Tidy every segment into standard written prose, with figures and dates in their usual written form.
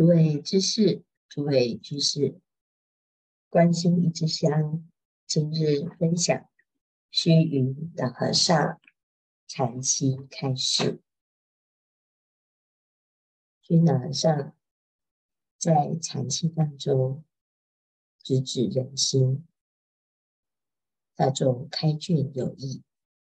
诸位知识，诸位居士，观心一支香，今日分享虚云老和尚禅期开示。虚云老和尚在禅期当中直指人心，大众开卷有益。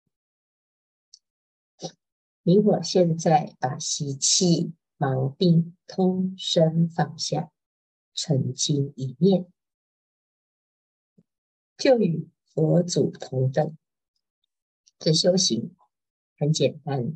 你我现在把习气毛病通身放下，澄清一念，就与佛祖同等。这修行很简单，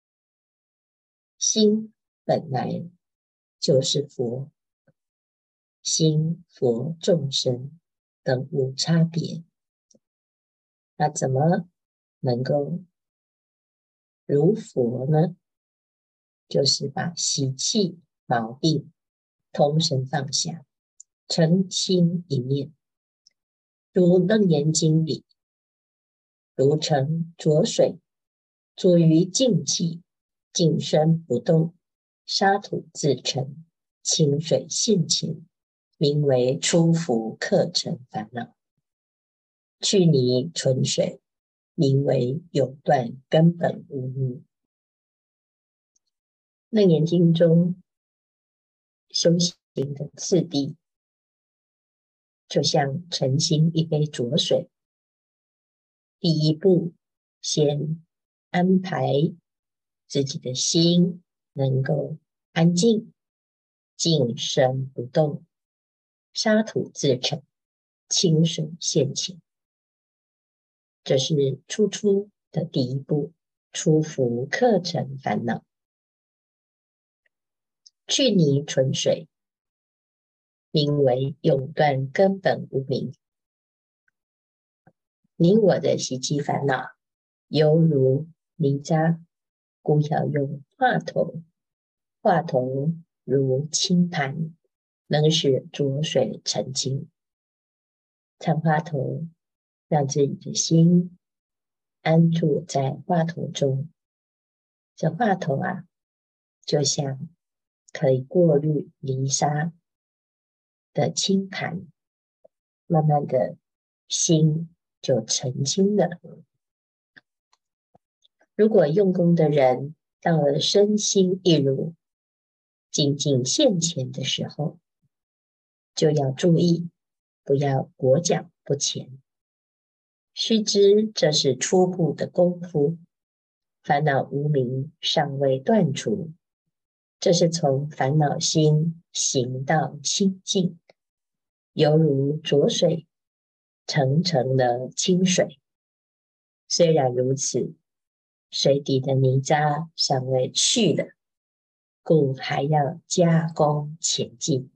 心本来就是佛，心佛众生等无差别，那怎么能够如佛呢？就是把习气毛病通身放下，澄清一念。如楞严经里，如成浊水，着于静气，静身不动，沙土自沉，清水现前，名为出伏克尘烦恼。去泥纯水，名为永断根本无明。楞严经中修行的次第，就像澄清一杯浊水，第一步先安排自己的心能够安静，静身不动，沙土自沉，清水现前。这是初的第一步，出伏克尘烦恼。去泥纯水，名为永断根本无明。你我的习气烦恼犹如泥渣，故要用话头，话头如清盘，能使浊水澄清。参话头，让自己的心安住在话头中。这话头啊，就像可以过滤泥沙的清盘，慢慢的心就澄清了。如果用功的人到了身心一如，静静现前的时候，就要注意，不要裹脚不前。须知这是初步的功夫，烦恼无明尚未断除，这是从烦恼心行到清净，犹如浊水澄成了清水。虽然如此，水底的泥渣尚未去了，故还要加工前进。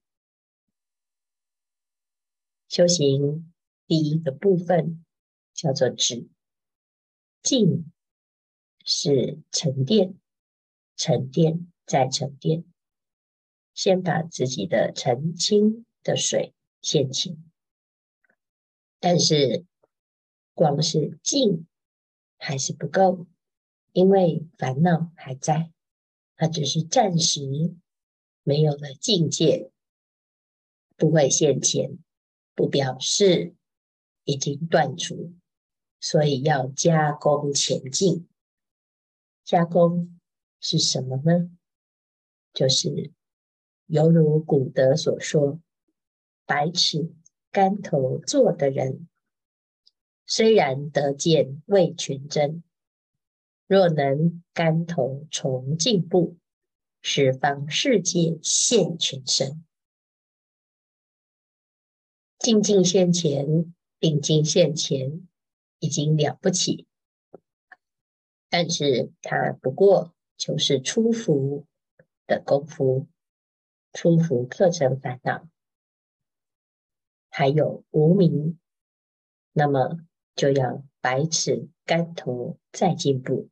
修行第一个部分叫做止。静是沉淀，沉淀再沉淀，先把自己的澄清的水现前。但是光是静还是不够，因为烦恼还在，它只是暂时没有了境界，不会现前，不表示已经断除，所以要加工前进。加工是什么呢？就是犹如古德所说，百尺竿头坐的人，虽然得见未全真，若能竿头重进步，十方世界现全身。静静现前，定静现前，已经了不起，但是它不过就是初伏的功夫，初伏克尘烦恼，还有无明，那么就要百尺竿头再进步。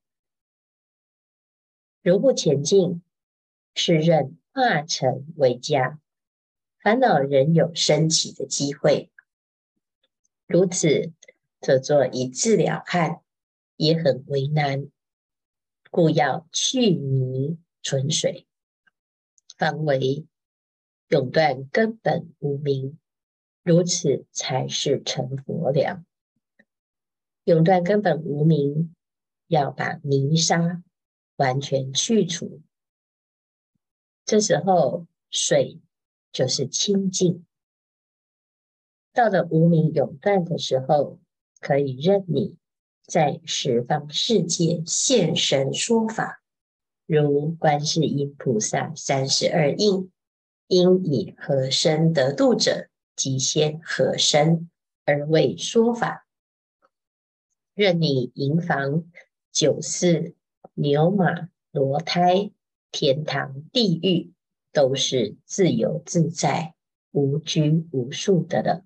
如不前进，是任化尘为佳，烦恼仍有升起的机会。如此，则做一字了汉，也很为难，故要去泥纯水，方为永断根本无明，如此才是成佛了。永断根本无明，要把泥沙完全去除，这时候水就是清净。到了无明永断的时候，可以任你在十方世界现身说法，如观世音菩萨32应，应以何身得度者，即现何身而为说法。任你营房、酒肆、牛马、骡胎、天堂、地狱，都是自由自在、无拘无束的了。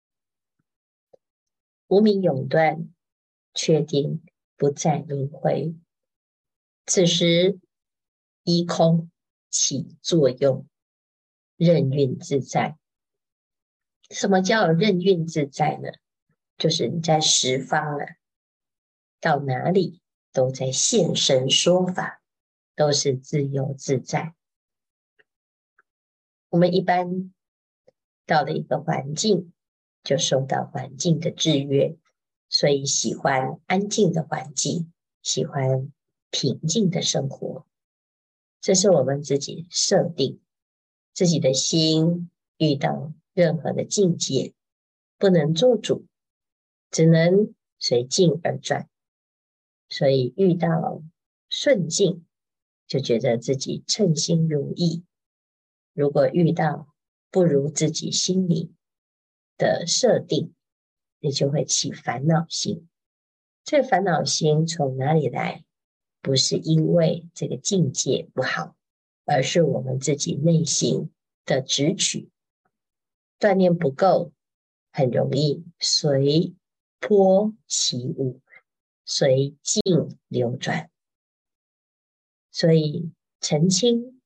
无明永断，确定不再轮回。此时依空起作用，任运自在。什么叫任运自在呢？就是你在十方啊，到哪里都在现身说法，都是自由自在。我们一般到了一个环境，就受到环境的制约，所以喜欢安静的环境，喜欢平静的生活。这是我们自己设定，自己的心遇到任何的境界，不能做主，只能随境而转。所以遇到顺境，就觉得自己称心如意；如果遇到不如自己心里的设定，你就会起烦恼心。这烦恼心从哪里来？不是因为这个境界不好，而是我们自己内心的执取锻炼不够，很容易随波起舞，随境流转。所以澄清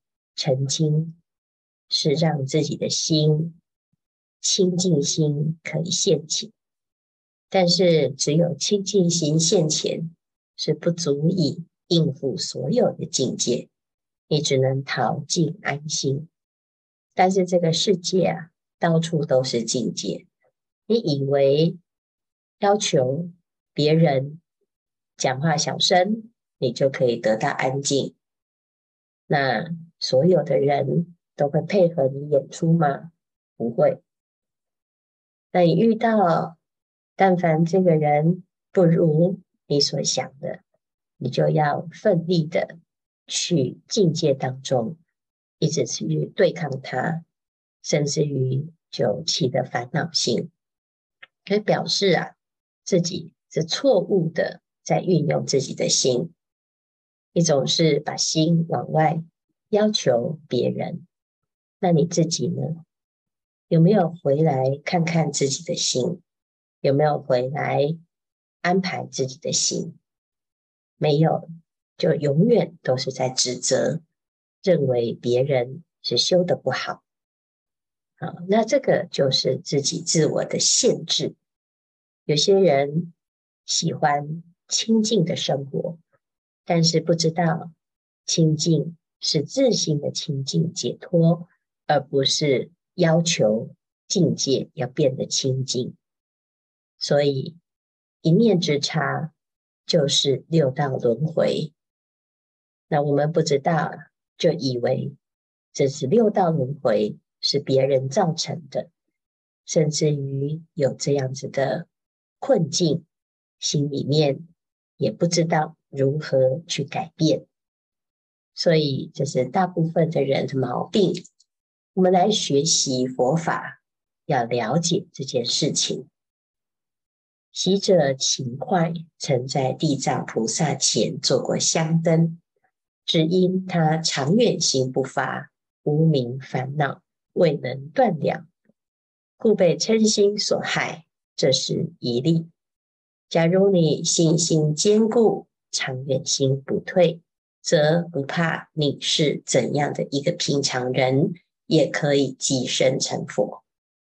是让自己的心清净心可以现前，但是只有清净心现前是不足以应付所有的境界，你只能逃境安心。但是这个世界啊，到处都是境界，你以为要求别人讲话小声，你就可以得到安静，那所有的人都会配合你演出吗？不会。那你遇到但凡这个人不如你所想的，你就要奋力的去境界当中一直去对抗他，甚至于就起的烦恼心，可以表示啊自己是错误的在运用自己的心。一种是把心往外要求别人，那你自己呢？有没有回来看看自己的心？有没有回来安排自己的心？没有，就永远都是在指责，认为别人是修得不好。好，那这个就是自己自我的限制。有些人喜欢清静的生活，但是不知道清静是自心的清净解脱，而不是要求境界要变得清净。所以一念之差就是六道轮回。那我们不知道，就以为这是六道轮回是别人造成的，甚至于有这样子的困境，心里面也不知道如何去改变。所以这是大部分的人的毛病。我们来学习佛法，要了解这件事情。习者勤快曾在地藏菩萨前做过香灯，只因他长远心不发，无明烦恼未能断了，故被嗔心所害。这是一例。假如你信心坚固，长远心不退，则不怕你是怎样的一个平常人，也可以跻身成佛。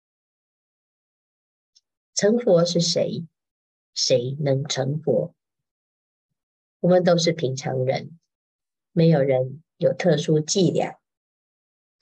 成佛是谁？谁能成佛？我们都是平常人，没有人有特殊伎俩。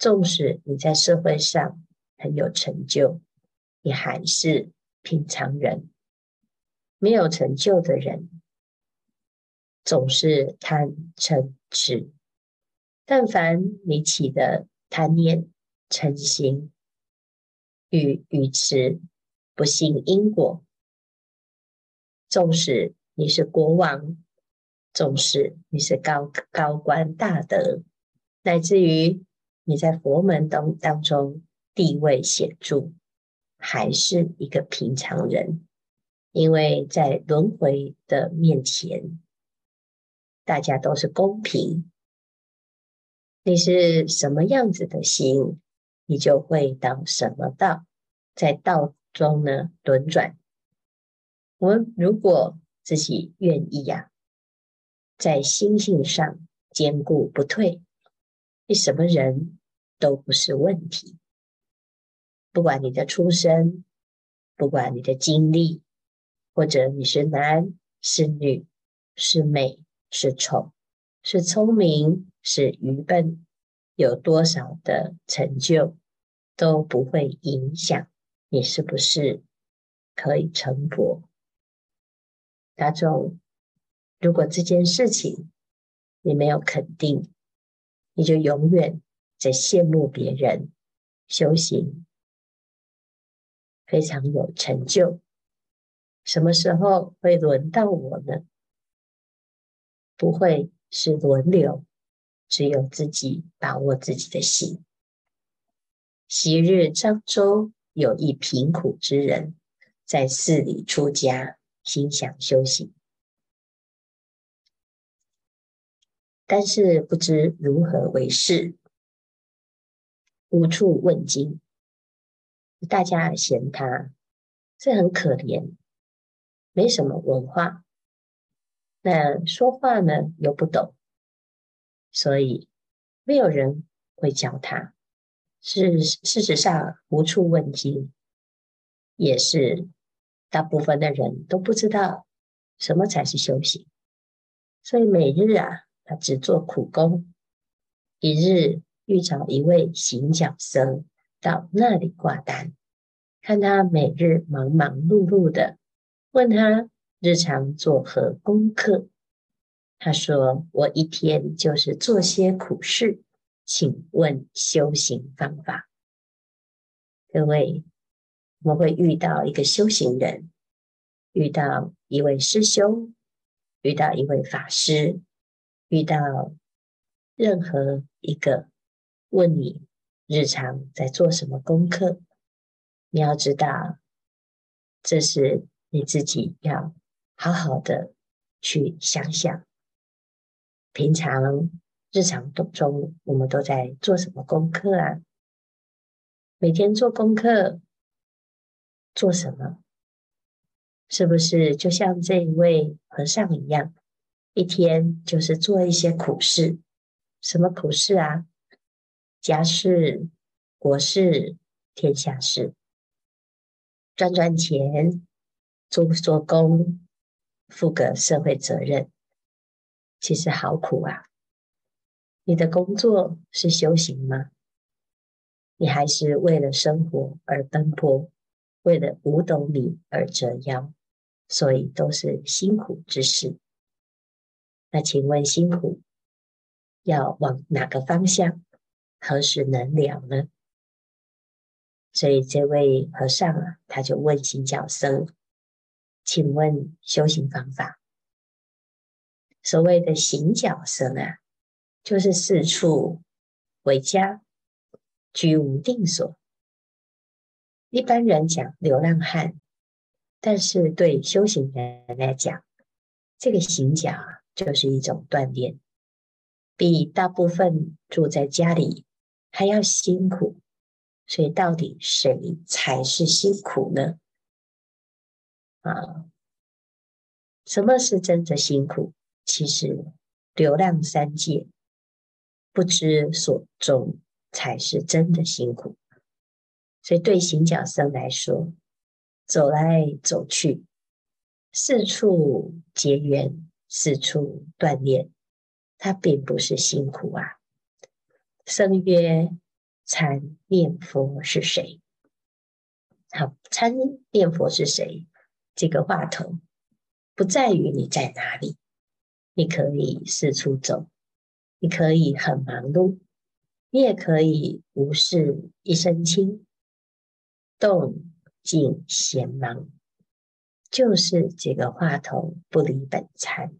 纵使你在社会上很有成就，你还是平常人。没有成就的人，总是贪嗔痴。但凡你起的贪念、嗔心与语迟，不信因果，纵使你是国王，纵使你是高官大德，乃至于你在佛门当中地位显著，还是一个平常人。因为在轮回的面前，大家都是公平，你是什么样子的心，你就会到什么道，在道中呢轮转。我们如果自己愿意在心性上坚固不退，你什么人都不是问题。不管你的出身，不管你的经历，或者你是男是女，是美是丑，是聪明是愚笨，有多少的成就，都不会影响你是不是可以成佛。大众，如果这件事情你没有肯定，你就永远在羡慕别人修行非常有成就。什么时候会轮到我呢？不会是轮流，只有自己把握自己的心。昔日漳州有一贫苦之人，在寺里出家，心想修行，但是不知如何为是，无处问津。大家嫌他这很可怜，没什么文化，那说话呢又不懂，所以没有人会教他。事实上，无处问津，也是大部分的人都不知道什么才是修行。所以每日他只做苦工，一日遇着一位行脚僧到那里挂单，看他每日忙忙碌碌的，问他日常做何功课。他说：我一天就是做些苦事，请问修行方法。各位，我们会遇到一个修行人，遇到一位师兄，遇到一位法师，遇到任何一个问你日常在做什么功课，你要知道，这是你自己要好好的去想想，平常日常中我们都在做什么功课啊？每天做功课做什么？是不是就像这一位和尚一样，一天就是做一些苦事？什么苦事啊？家事、国事、天下事，赚赚钱，做做工，负个社会责任，其实好苦啊！你的工作是修行吗？你还是为了生活而奔波，为了五斗米而折腰，所以都是辛苦之事。那请问辛苦要往哪个方向？何时能了呢？所以这位和尚他就问行脚僧，请问修行方法。所谓的行脚僧就是四处为家，居无定所。一般人讲流浪汉，但是对修行人来讲，这个行脚就是一种锻炼，比大部分住在家里还要辛苦。所以到底谁才是辛苦呢？什么是真的辛苦？其实流浪三界，不知所终，才是真的辛苦。所以对行脚僧来说，走来走去，四处结缘，四处锻炼，它并不是辛苦啊。僧曰： 参念佛是谁？好，参念佛是谁？这个话头不在于你在哪里，你可以四处走，你可以很忙碌，你也可以无事一身轻，动静闲忙，就是这个话头不离本参。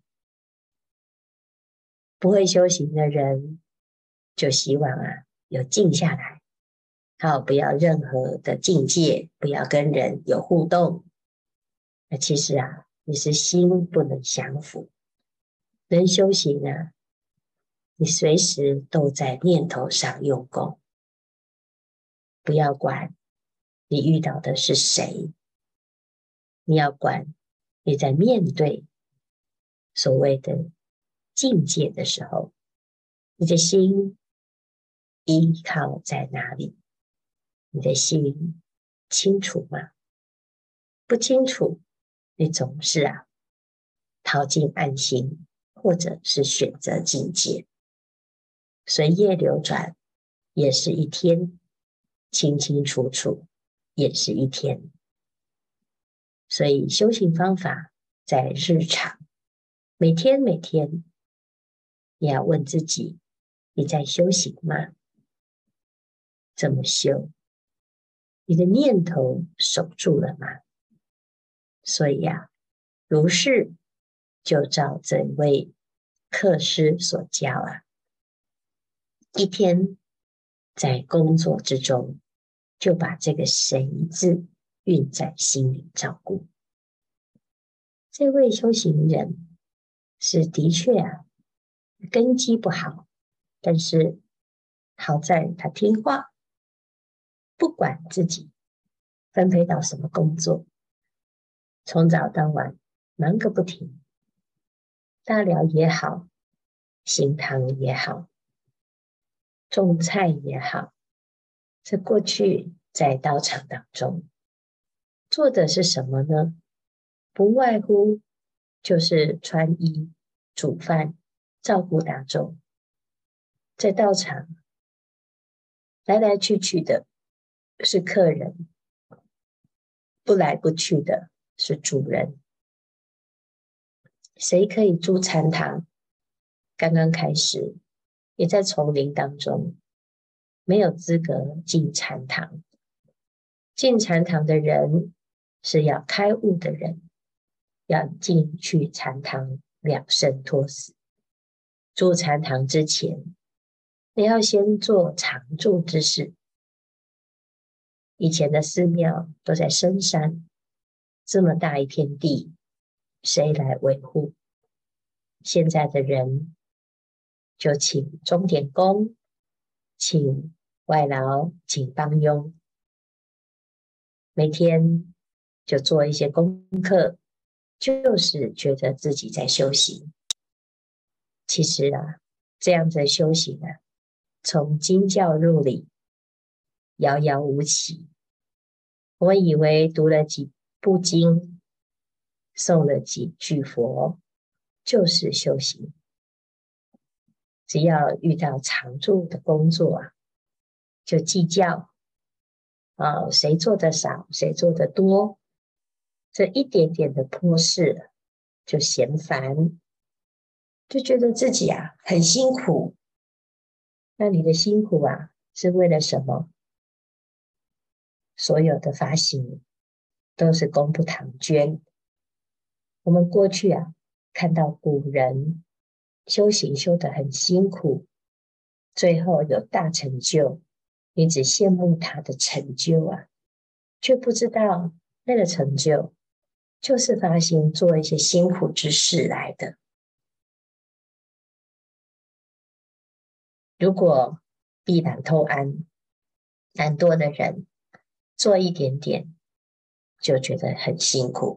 不会修行的人，就希望有静下来，好，不要任何的境界，不要跟人有互动。那其实你是心不能降伏。人修行你随时都在念头上用功，不要管你遇到的是谁，你要管你在面对所谓的境界的时候，你的心依靠在哪里？你的心清楚吗？不清楚，你总是逃进暗心，或者是选择境界，随业流转，也是一天，清清楚楚，也是一天。所以修行方法在日常，每天每天，你要问自己，你在修行吗？怎么修？你的念头守住了吗？所以如是就照这位课师所教一天在工作之中，就把这个谁字运在心里照顾。这位修行人是的确根基不好，但是好在他听话，不管自己分配到什么工作，从早到晚忙个不停，大寮也好，行堂也好，种菜也好，这过去在道场当中做的是什么呢？不外乎就是穿衣、煮饭、照顾大众。在道场来来去去的是客人，不来不去的是主人。谁可以住禅堂？刚刚开始也在丛林当中，没有资格进禅堂。进禅堂的人是要开悟的人，要进去禅堂了生脱死。住禅堂之前，你要先做常住之事。以前的寺庙都在深山，这么大一片地，谁来维护？现在的人就请钟点工，请外劳，请帮佣，每天就做一些功课，就是觉得自己在修行。其实这样的修行从经教入理，遥遥无期。我们以为读了几部经，诵了几句佛，就是修行。只要遇到常住的工作就计较谁做的少，谁做的多，这一点点的破事就嫌烦，就觉得自己很辛苦。那你的辛苦是为了什么？所有的发心都是功不唐捐。我们过去看到古人修行修得很辛苦，最后有大成就，你只羡慕他的成就却不知道那个成就就是发心做一些辛苦之事来的。如果避懒偷安，懒惰的人做一点点就觉得很辛苦，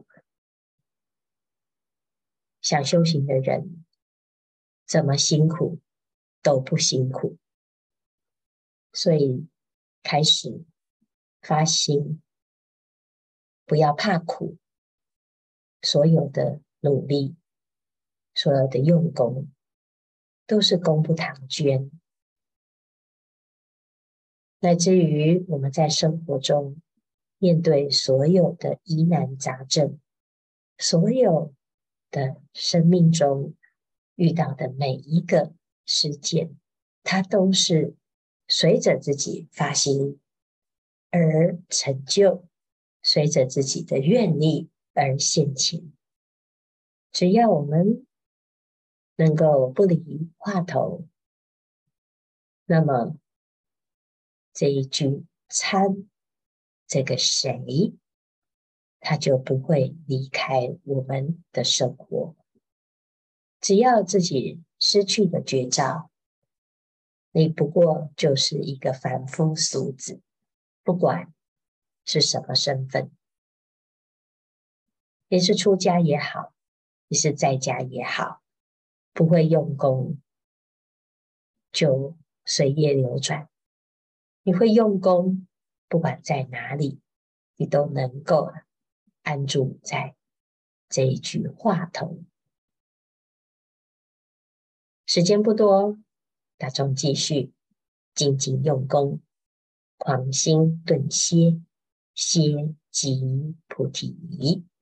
想修行的人怎么辛苦都不辛苦。所以开始发心，不要怕苦，所有的努力，所有的用功都是功不唐捐。 乃至于我们在生活中面对所有的疑难杂症，所有的生命中遇到的每一个事件，它都是随着自己发心而成就，随着自己的愿力而现前。只要我们能够不离话头，那么这一句参，这个谁，他就不会离开我们的生活。只要自己失去了觉照，你不过就是一个凡夫俗子，不管是什么身份，你是出家也好，你是在家也好，不会用功就随业流转。你会用功，不管在哪里，你都能够安住在这一句话头。时间不多，大众继续精进用功，狂心顿歇，歇即菩提。